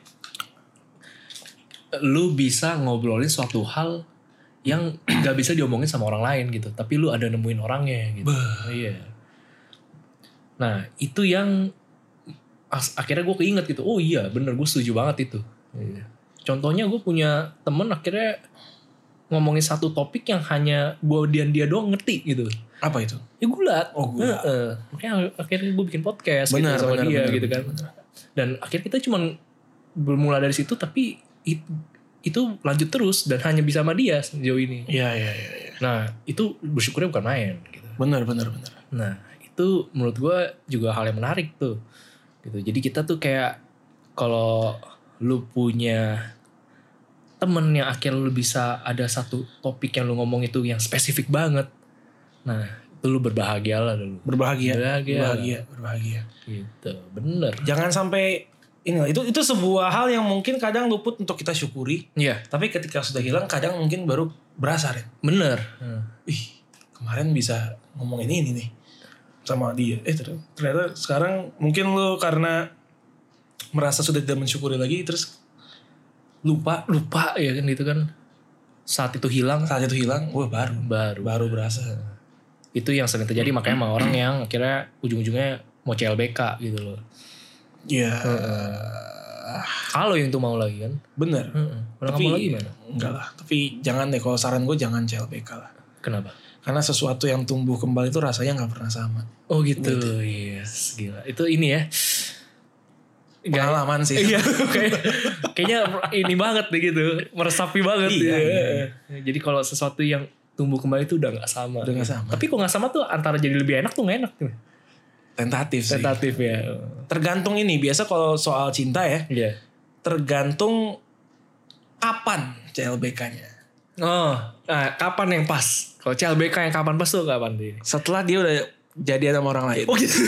Speaker 2: Lu bisa ngobrolin suatu hal yang gak bisa diomongin sama orang lain gitu, tapi lu ada nemuin orangnya gitu. Oh, iya. Nah, itu yang as- akhirnya gue keinget gitu. Oh iya, bener, gue setuju banget itu. Iya. Contohnya gue punya temen akhirnya ngomongin satu topik yang hanya gue dan dia doang ngerti gitu.
Speaker 1: Apa itu?
Speaker 2: Ya gulat.
Speaker 1: Oh, gulat.
Speaker 2: Heeh. Makanya akhirnya gue bikin podcast
Speaker 1: Benar,
Speaker 2: gitu sama
Speaker 1: benar,
Speaker 2: dia
Speaker 1: benar,
Speaker 2: gitu kan.
Speaker 1: benar.
Speaker 2: Dan akhirnya kita cuma bermula dari situ, tapi it, itu lanjut terus dan hanya bisa sama dia sejauh ini.
Speaker 1: Iya, iya, iya. Ya.
Speaker 2: Nah, itu bersyukurnya bukan main gitu.
Speaker 1: Benar, benar, benar.
Speaker 2: Nah, itu menurut gue juga hal yang menarik tuh. Gitu. Jadi kita tuh kayak kalau lu punya temen yang akhirnya lu bisa ada satu topik yang lu ngomong itu yang spesifik banget. Nah, itu lu berbahagia lah dulu.
Speaker 1: Berbahagia.
Speaker 2: Berbahagia.
Speaker 1: Berbahagia, berbahagia.
Speaker 2: Gitu, bener.
Speaker 1: Jangan sampai ini lah, itu itu sebuah hal yang mungkin kadang luput untuk kita syukuri.
Speaker 2: Iya,
Speaker 1: Tapi ketika sudah hilang kadang mungkin baru berasa, Ren.
Speaker 2: bener. Hmm.
Speaker 1: Ih, kemarin bisa ngomongin ini nih sama dia. Eh ternyata sekarang mungkin lu karena merasa sudah tidak mensyukuri lagi terus lupa
Speaker 2: Lupa ya kan gitu kan. Saat itu hilang,
Speaker 1: saat itu hilang, wah baru
Speaker 2: baru.
Speaker 1: baru berasa.
Speaker 2: Itu yang sering terjadi, makanya emang orang yang akhirnya ujung-ujungnya mau C L B K gitu loh.
Speaker 1: Iya.
Speaker 2: Kalau yang itu mau lagi kan.
Speaker 1: Bener.
Speaker 2: Heeh. Kalau nggak
Speaker 1: Tapi
Speaker 2: mau lagi gimana?
Speaker 1: enggak lah. Tapi jangan deh, kalau saran gue jangan C L B K lah.
Speaker 2: Kenapa?
Speaker 1: Karena sesuatu yang tumbuh kembali itu rasanya nggak pernah sama.
Speaker 2: Oh gitu. Yes, gila. Itu ini ya.
Speaker 1: Pengalaman sih.
Speaker 2: Iya, kayak, kayaknya ini banget deh gitu, meresapi banget.
Speaker 1: Iya,
Speaker 2: ya.
Speaker 1: iya.
Speaker 2: Jadi kalau sesuatu yang tumbuh kembali itu udah nggak sama.
Speaker 1: Udah nggak sama.
Speaker 2: Tapi kok nggak sama tuh antara jadi lebih enak tuh nggak enak tuh.
Speaker 1: Tentatif sih.
Speaker 2: Tentatif ya.
Speaker 1: Tergantung ini. Biasa kalau soal cinta ya.
Speaker 2: Iya.
Speaker 1: Tergantung kapan C L B K-nya.
Speaker 2: Oh, nah, kapan yang pas? Kalau C L B K yang kapan pas tuh kapan dia?
Speaker 1: Setelah dia udah jadian sama orang lain.
Speaker 2: Oh gitu.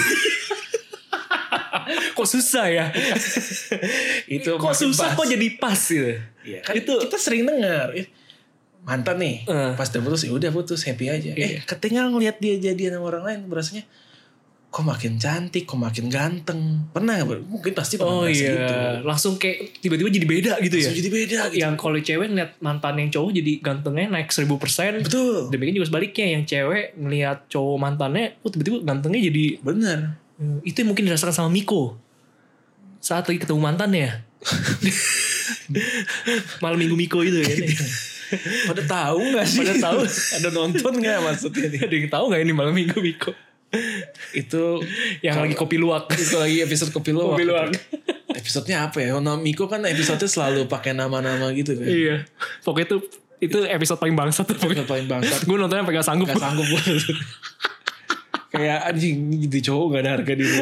Speaker 2: Kok susah ya?
Speaker 1: Itu
Speaker 2: Kok
Speaker 1: makin
Speaker 2: susah
Speaker 1: pas.
Speaker 2: kok jadi pas gitu.
Speaker 1: Iya, kan
Speaker 2: Itu
Speaker 1: kita sering dengar eh, mantan nih
Speaker 2: Uh.
Speaker 1: pas udah putus ya udah putus happy aja. Eh
Speaker 2: Iya.
Speaker 1: ketika ngeliat dia jadian sama orang lain berasanya kok makin cantik, kok makin ganteng. Pernah gak? Mungkin pasti pernah
Speaker 2: oh
Speaker 1: merasa
Speaker 2: iya,
Speaker 1: gitu.
Speaker 2: langsung kayak tiba-tiba jadi beda gitu ya.
Speaker 1: Langsung jadi beda gitu.
Speaker 2: Yang kalau cewek ngeliat mantan yang cowok jadi gantengnya naik seribu persen.
Speaker 1: Betul.
Speaker 2: Demikian juga sebaliknya, yang cewek ngeliat cowok mantannya, oh tiba-tiba gantengnya jadi.
Speaker 1: Bener.
Speaker 2: Hmm, itu yang mungkin dirasakan sama Miko saat lagi ketemu mantannya. Malam minggu Miko itu ya.
Speaker 1: Pada tahu gak sih?
Speaker 2: Pada tahu.
Speaker 1: Ada nonton gak maksudnya nih?
Speaker 2: Ada yang tahu nggak ini malam minggu Miko?
Speaker 1: Itu
Speaker 2: Yang
Speaker 1: kalau-
Speaker 2: lagi kopi luwak.
Speaker 1: Itu lagi episode kopi luwak.
Speaker 2: Kopi luwak.
Speaker 1: Episodenya apa ya? Ono Miko kan episodenya selalu pakai nama-nama gitu kan.
Speaker 2: Iya. Pokoknya itu itu episode paling bangsat tuh.
Speaker 1: Episode paling bangsat.
Speaker 2: Gue nontonnya sampai gak sanggup.
Speaker 1: Gak sanggup gue. Kayak anjing gitu cowok gak ada harga diri.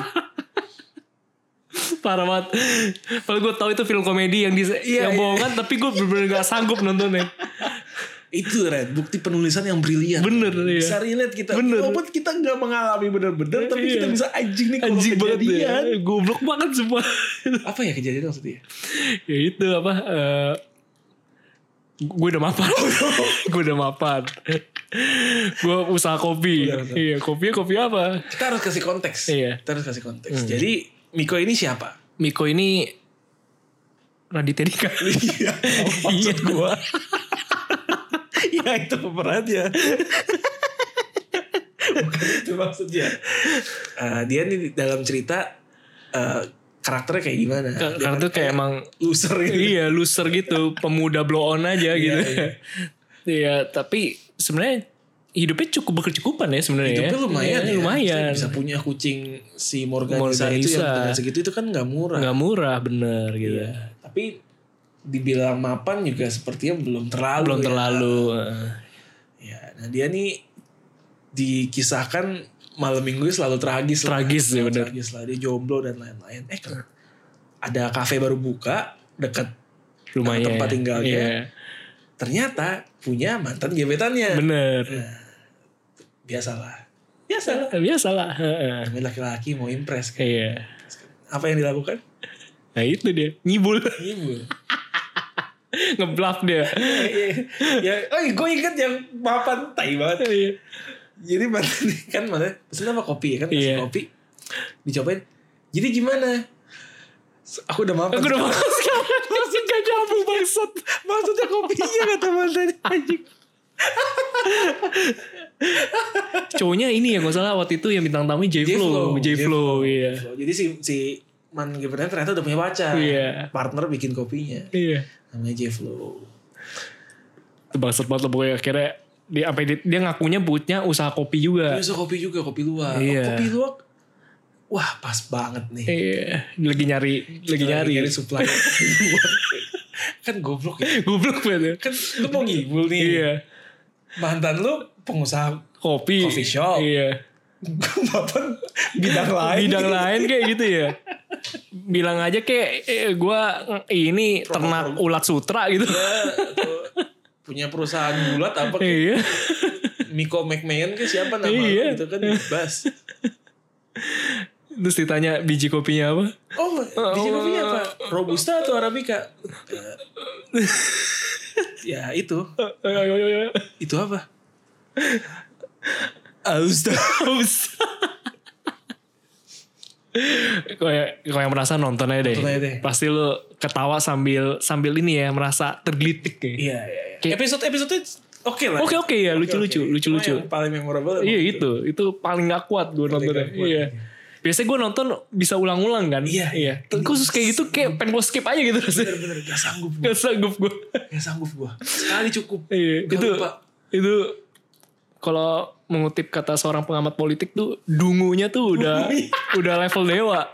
Speaker 2: Parah banget. Padahal gue tahu itu film komedi yang di,
Speaker 1: Iya,
Speaker 2: yang
Speaker 1: iya.
Speaker 2: bohongan, tapi gue bener-bener gak sanggup nontonnya.
Speaker 1: Itu Ren, bukti penulisan yang brilian.
Speaker 2: Bener, iya.
Speaker 1: Bisa relate kita.
Speaker 2: Bener.
Speaker 1: Walaupun kita gak mengalami bener-bener, tapi
Speaker 2: Iya.
Speaker 1: kita bisa anjing nih kalau
Speaker 2: Anjing banget
Speaker 1: kejadian.
Speaker 2: ya. Goblok banget semua.
Speaker 1: Apa ya kejadian maksudnya?
Speaker 2: Ya itu apa? Uh, gue udah mapan. Gue udah mapan. Gue usaha kopi.
Speaker 1: Udah, udah.
Speaker 2: Iya, kopinya kopi apa?
Speaker 1: Kita harus kasih konteks.
Speaker 2: Iya.
Speaker 1: Kita harus kasih konteks.
Speaker 2: Hmm.
Speaker 1: Jadi Miko ini siapa?
Speaker 2: Miko ini Raditya Dika.
Speaker 1: Iya.
Speaker 2: Iya gue.
Speaker 1: Ya itu pemerannya. Bukan itu maksudnya. Uh, dia nih dalam cerita uh, karakternya kayak gimana? Dia
Speaker 2: Karena tuh kayak emang
Speaker 1: loser gitu.
Speaker 2: iya loser gitu, pemuda blow on aja gitu.
Speaker 1: iya.
Speaker 2: Iya, tapi sebenarnya hidupnya cukup berkecukupan ya sebenarnya.
Speaker 1: Hidupnya
Speaker 2: ya.
Speaker 1: lumayan
Speaker 2: Iya,
Speaker 1: ya.
Speaker 2: lumayan.
Speaker 1: Bisa punya kucing si Morganisa,
Speaker 2: Morganisa.
Speaker 1: itu yang dengan segitu itu kan gak murah.
Speaker 2: Nggak murah bener gitu.
Speaker 1: Iya. Tapi dibilang mapan juga sepertinya belum terlalu.
Speaker 2: Belum
Speaker 1: ya.
Speaker 2: terlalu.
Speaker 1: Ya, nah dia nih dikisahkan malam minggu selalu tragis.
Speaker 2: Tragis
Speaker 1: lah.
Speaker 2: ya,
Speaker 1: Selalu
Speaker 2: bener.
Speaker 1: Tragis lah. Dia jomblo dan lain-lain. Eh kan ada kafe baru buka dekat
Speaker 2: Rumahnya.
Speaker 1: tempat tinggalnya.
Speaker 2: Iya.
Speaker 1: Ternyata punya mantan gebetannya.
Speaker 2: Bener.
Speaker 1: Biasalah. Biasa lah.
Speaker 2: Biasa lah.
Speaker 1: Namanya laki-laki mau impress kan.
Speaker 2: Iya.
Speaker 1: Apa yang dilakukan?
Speaker 2: Nah itu dia. Ngibul.
Speaker 1: Ngibul.
Speaker 2: Ngebluff dia.
Speaker 1: Ya, oh gue inget yang papan tai banget.
Speaker 2: Iya.
Speaker 1: Jadi kan maksudnya pesen apa kopi ya kan,
Speaker 2: Iya.
Speaker 1: kopi dicobain. Jadi gimana? Aku udah makan.
Speaker 2: Aku udah makan sekarang. Langsung gak nyambung bangsat.
Speaker 1: Maksudnya kopinya kata mantan anjing.
Speaker 2: Cowoknya ini ya gak salah waktu itu yang bintang tamu J-Flow. J-Flow, iya.
Speaker 1: Jadi si si Man Gibran ternyata udah punya pacar.
Speaker 2: Iya.
Speaker 1: Partner bikin kopinya.
Speaker 2: Iya.
Speaker 1: Namanya J-Flow.
Speaker 2: Itu bangsat banget lah pokoknya. Akhirnya dia, apa, dia, dia ngakunya punya usaha kopi juga.
Speaker 1: Dia usaha kopi juga, kopi luwak.
Speaker 2: Iya.
Speaker 1: Kopi luwak. Wah pas banget nih.
Speaker 2: Iya. Lagi nyari. Lagi nyari.
Speaker 1: Lagi nyari supply. Kan goblok ya.
Speaker 2: Goblok banget.
Speaker 1: Kan lu mau ngibul nih.
Speaker 2: Iya.
Speaker 1: Mantan lu pengusaha
Speaker 2: Kopi.
Speaker 1: coffee shop.
Speaker 2: Iya.
Speaker 1: Bapak bidang lain.
Speaker 2: Bidang lain kayak gitu ya. Bilang aja kayak eh, gue ini ternak ulat sutra gitu.
Speaker 1: Ya, punya perusahaan bulat apa kayak
Speaker 2: Iya.
Speaker 1: Miko McMahon ke siapa nama
Speaker 2: Iya.
Speaker 1: gitu kan bas.
Speaker 2: Terus ditanya biji kopinya apa?
Speaker 1: Oh, biji kopinya apa? Robusta atau Arabica? Uh, ya itu. Itu apa? Austa.
Speaker 2: Austa. Kayak kalau yang merasa nonton aja deh.
Speaker 1: Nonton aja deh.
Speaker 2: Pasti lu ketawa sambil sambil ini ya merasa tergelitik kayak.
Speaker 1: Iya, iya, iya.
Speaker 2: Kayak-
Speaker 1: Episode-episode oke lah.
Speaker 2: Oke oke ya lucu-lucu,
Speaker 1: Oke.
Speaker 2: lucu-lucu.
Speaker 1: Cuma yang paling memorable.
Speaker 2: Iya
Speaker 1: emang
Speaker 2: itu, itu paling gak kuat gue nontonnya.
Speaker 1: gak kuat,
Speaker 2: Iya. Biasanya gue nonton bisa ulang-ulang kan.
Speaker 1: Iya,
Speaker 2: iya. Khusus kayak gitu kayak pengen gue skip aja gitu rasanya.
Speaker 1: Bener-bener gak sanggup gue.
Speaker 2: Gak sanggup gue.
Speaker 1: Gak sanggup gue. Sekali cukup.
Speaker 2: Iya.
Speaker 1: Gak
Speaker 2: Itu
Speaker 1: lupa.
Speaker 2: itu kalau mengutip kata seorang pengamat politik tuh dungunya tuh udah udah level dewa.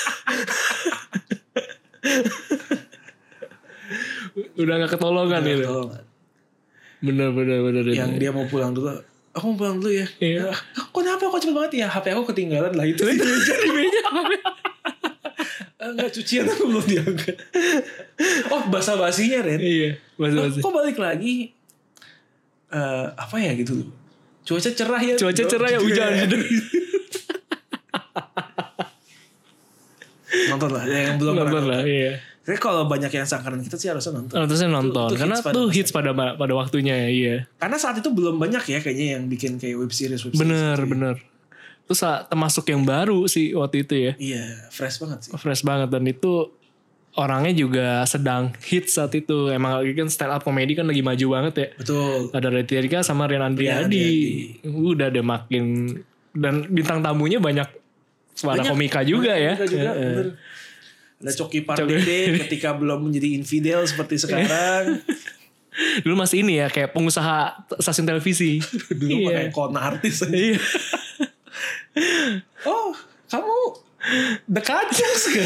Speaker 2: Udah gak ketolongan
Speaker 1: Gak
Speaker 2: gitu.
Speaker 1: ketolongan.
Speaker 2: Bener bener bener.
Speaker 1: Yang dia mau pulang dulu. Aku mau pulang dulu ya.
Speaker 2: Iya.
Speaker 1: Ah, kenapa kok cepet banget ya? H P aku ketinggalan lah itu.
Speaker 2: Jadi meja.
Speaker 1: Enggak, cucian aku belum diangkat. Oh, basa-basinya Ren.
Speaker 2: Iya.
Speaker 1: Oh,
Speaker 2: Masih-masih.
Speaker 1: kok balik lagi? Eh, apa ya gitu loh. Cuaca cerah ya.
Speaker 2: Cuaca cerah ya, hujan.
Speaker 1: Nonton lah yang belum pernah
Speaker 2: Nonton
Speaker 1: nonton.
Speaker 2: lah, iya.
Speaker 1: Tapi kalau banyak yang seangkatan kita sih harusnya nonton.
Speaker 2: Harusnya nonton
Speaker 1: Itu- itu
Speaker 2: karena
Speaker 1: hits pada
Speaker 2: tuh
Speaker 1: masa
Speaker 2: hits pada pada waktunya ya, iya.
Speaker 1: Karena saat itu belum banyak ya kayaknya yang bikin kayak web series web series.
Speaker 2: Bener
Speaker 1: gitu ya.
Speaker 2: bener. Terus ah, termasuk yang baru sih waktu itu ya.
Speaker 1: Iya, fresh banget sih.
Speaker 2: Fresh banget dan itu orangnya juga sedang hits saat itu. Emang lagi kan stand up comedy kan lagi maju banget ya.
Speaker 1: Betul.
Speaker 2: Ada Raditya Dika sama Rian
Speaker 1: Rian
Speaker 2: Andriadi. Udah deh makin dan bintang tamunya banyak suara
Speaker 1: Banyak.
Speaker 2: komika juga ya.
Speaker 1: Komika juga,
Speaker 2: Heeh.
Speaker 1: bener. Ada Coki Pardede ketika belum menjadi infidel seperti sekarang.
Speaker 2: Dulu masih ini ya kayak pengusaha stasiun televisi.
Speaker 1: Dulu
Speaker 2: Iya.
Speaker 1: pakai kona artis aja.
Speaker 2: Iya.
Speaker 1: Oh, kamu The Kacus kan?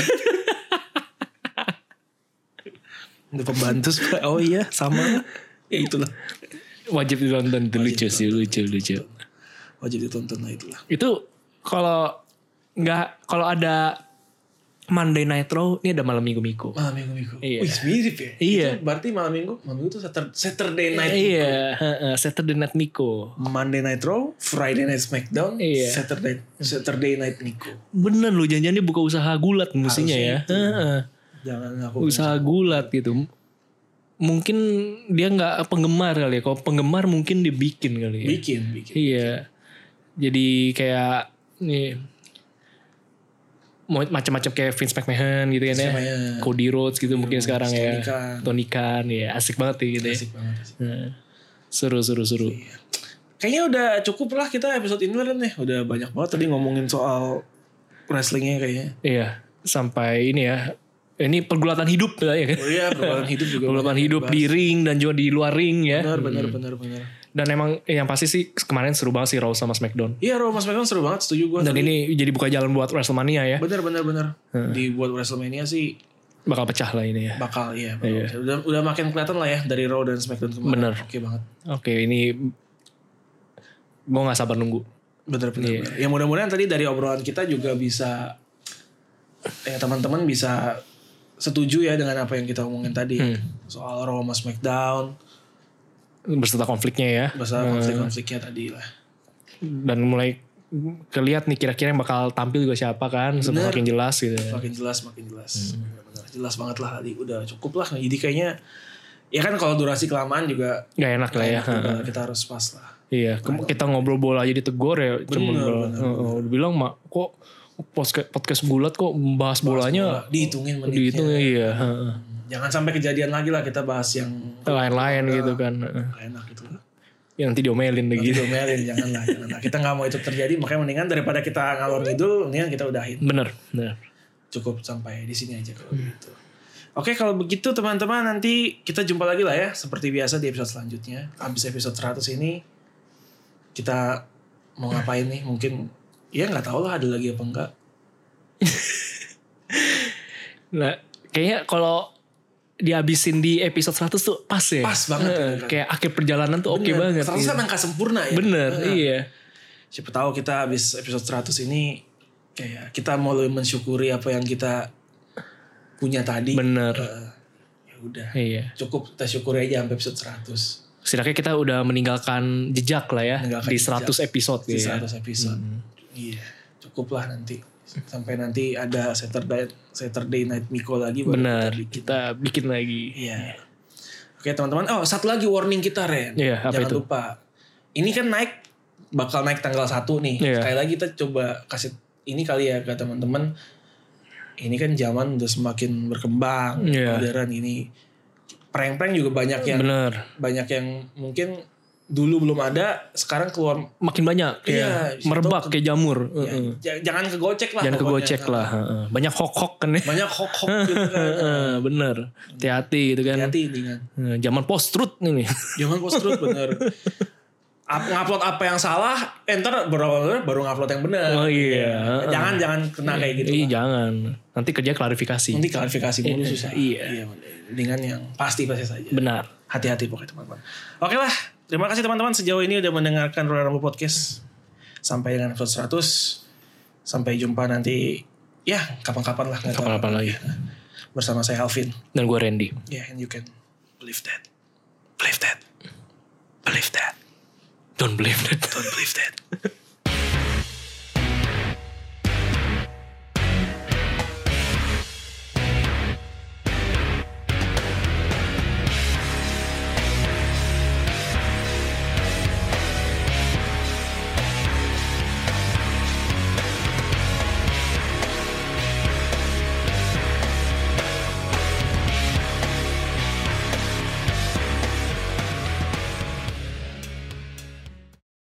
Speaker 1: Udah pembantu. Oh iya, sama. Ya itulah.
Speaker 2: Wajib ditonton itu lucu sih, lucu lucu.
Speaker 1: Wajib ditonton lah itulah.
Speaker 2: Itu kalau nggak kalau ada Monday Night Raw, ini ada malam minggu-minggu.
Speaker 1: Malam minggu-minggu.
Speaker 2: Iya.
Speaker 1: Wih, mirip ya?
Speaker 2: Iya.
Speaker 1: Itu berarti malam minggu, malam minggu itu Satur- Saturday Night.
Speaker 2: Iya, heeh, Saturday Night Nico.
Speaker 1: Monday Night Raw, Friday Night Smackdown,
Speaker 2: Iya.
Speaker 1: Saturday Saturday Night Nico.
Speaker 2: Bener lu jangan-jangan dia buka usaha gulat mestinya ya.
Speaker 1: Harusnya itu.
Speaker 2: Heeh.
Speaker 1: Jangan ngaku.
Speaker 2: Usaha gulat gitu. Mungkin dia nggak penggemar kali ya. Kalau penggemar mungkin dia bikin kali ya.
Speaker 1: Bikin, bikin.
Speaker 2: Iya. Jadi kayak nih mau macam-macam kayak Vince McMahon gitu kan ya.
Speaker 1: McMahon.
Speaker 2: Cody Rhodes gitu mungkin sekarang ya.
Speaker 1: Tony Khan.
Speaker 2: Tony Khan ya. Asik banget ya gitu ya.
Speaker 1: Asik banget. Asik.
Speaker 2: Nah, seru seru seru.
Speaker 1: Kayaknya udah cukup lah kita episode ini kan ya. Udah banyak banget tadi ngomongin soal wrestlingnya kayaknya.
Speaker 2: Iya, sampai ini ya. Ini pergulatan hidup ya kan.
Speaker 1: Oh iya, pergulatan hidup juga.
Speaker 2: Pergulatan
Speaker 1: banyak
Speaker 2: hidup
Speaker 1: dibahas.
Speaker 2: di ring dan juga di luar ring ya.
Speaker 1: Benar, benar, benar, benar.
Speaker 2: Dan emang eh, yang pasti sih kemarin seru banget sih Raw sama SmackDown.
Speaker 1: Iya, Raw Mas Smackdown seru banget, setuju gue.
Speaker 2: Dan ini jadi buka jalan buat WrestleMania ya.
Speaker 1: Bener, bener, bener. Dibuat WrestleMania sih
Speaker 2: Bakal pecah lah ini ya.
Speaker 1: bakal iya. Bakal
Speaker 2: Iya.
Speaker 1: bisa. Udah, udah makin kelihatan lah ya dari Raw dan Smackdown kemarin.
Speaker 2: Bener.
Speaker 1: Oke banget.
Speaker 2: Oke ini gue gak sabar nunggu.
Speaker 1: Bener, bener,
Speaker 2: Iya.
Speaker 1: bener. Ya mudah-mudahan tadi dari obrolan kita juga bisa, ya teman-teman bisa setuju ya dengan apa yang kita omongin tadi.
Speaker 2: Hmm.
Speaker 1: Soal Raw sama Smackdown.
Speaker 2: Berserta konfliknya ya.
Speaker 1: Bahasa konflik-konfliknya tadi lah.
Speaker 2: Dan mulai kelihat nih kira-kira yang bakal tampil juga siapa kan, semakin jelas gitu.
Speaker 1: Makin jelas, makin jelas. Hmm. Benar, jelas banget lah tadi. Udah cukup lah. Jadi kayaknya ya kan kalau durasi kelamaan juga
Speaker 2: gak enak lah ya.
Speaker 1: Juga, kita harus pas lah.
Speaker 2: Iya, nah, kita ngobrol bola aja ditegur ya.
Speaker 1: Bener,
Speaker 2: cuman
Speaker 1: bener, bener.
Speaker 2: Uh, udah bilang mak kok podcast podcast bulat kok bahas, bahas bolanya
Speaker 1: bola. Dihitungin menitnya.
Speaker 2: Dihitungin iya.
Speaker 1: Hmm. Jangan sampai kejadian lagi lah kita bahas yang
Speaker 2: lain-lain gitu kan.
Speaker 1: Gak enak gitu lah.
Speaker 2: Ya nanti diomelin lagi.
Speaker 1: Nanti diomelin, janganlah, janganlah. Kita gak mau itu terjadi, makanya mendingan daripada kita ngalor ngidul, mendingan kita udahin.
Speaker 2: Bener, bener.
Speaker 1: Cukup sampai di sini aja kalau hmm. gitu. Oke, kalau begitu teman-teman nanti kita jumpa lagi lah ya, seperti biasa di episode selanjutnya. Habis episode seratus ini kita mau ngapain nih? Mungkin ya nggak tahu lah ada lagi apa enggak.
Speaker 2: Nah, kayaknya kalau dihabisin di episode seratus tuh pas ya.
Speaker 1: Pas banget.
Speaker 2: Uh, kan? Kayak akhir perjalanan tuh oke okay banget.
Speaker 1: seratus kan angka sempurna ya.
Speaker 2: Bener, uh, iya.
Speaker 1: Siapa tahu kita habis episode seratus ini kayak kita mau lebih mensyukuri apa yang kita punya tadi.
Speaker 2: Bener.
Speaker 1: Uh, ya udah.
Speaker 2: Iya.
Speaker 1: Cukup kita syukuri aja sampai episode seratus.
Speaker 2: Setidaknya kita udah meninggalkan jejak lah ya meninggalkan di seratus jejak. Episode
Speaker 1: di
Speaker 2: ya.
Speaker 1: seratus episode. Hmm. Iya, cukup lah nanti. Sampai nanti ada Saturday Saturday Night Miko lagi.
Speaker 2: Benar, kita bikin. kita bikin lagi.
Speaker 1: Iya. Oke teman-teman. Oh satu lagi warning kita Ren.
Speaker 2: Iya, apa
Speaker 1: jangan
Speaker 2: itu?
Speaker 1: lupa. Ini kan naik bakal naik tanggal satu nih. Iya. Sekali lagi kita coba kasih ini kali ya ke teman-teman. Ini kan zaman udah semakin berkembang, iya. modern ini. Prank-prank juga banyak yang Bener. banyak yang mungkin dulu belum ada, sekarang keluar
Speaker 2: makin banyak. Iya, merebak kayak jamur.
Speaker 1: Ya, uh-uh. Jangan kegocek lah.
Speaker 2: Jangan kegocek lah. Uh-uh. Banyak hok-hok kan ya.
Speaker 1: Banyak hok-hok gitu kan.
Speaker 2: Bener. Hati-hati gitu kan.
Speaker 1: Hati-hati ini kan.
Speaker 2: Zaman post-truth nih.
Speaker 1: Zaman post-truth bener. Ngupload apa yang salah, enter baru baru ngupload yang benar.
Speaker 2: Oh iya.
Speaker 1: Ya, jangan jangan kena kayak gitu.
Speaker 2: Iya jangan. Nanti kerja klarifikasi.
Speaker 1: Nanti klarifikasi mulu
Speaker 2: iya,
Speaker 1: susah.
Speaker 2: Iya.
Speaker 1: iya. Dengan yang pasti pasti saja.
Speaker 2: Benar.
Speaker 1: Hati-hati pokoknya teman-teman. Oke lah. Terima kasih teman-teman sejauh ini udah mendengarkan Royal Rumble Podcast. Sampai dengan episode seratus. Sampai jumpa nanti. Ya kapan-kapan lah.
Speaker 2: Kapan-kapan lagi.
Speaker 1: Bersama saya Alvin.
Speaker 2: Dan gue Randy.
Speaker 1: Yeah, and you can believe that. Believe that. Believe that.
Speaker 2: Don't believe that.
Speaker 1: Don't believe that.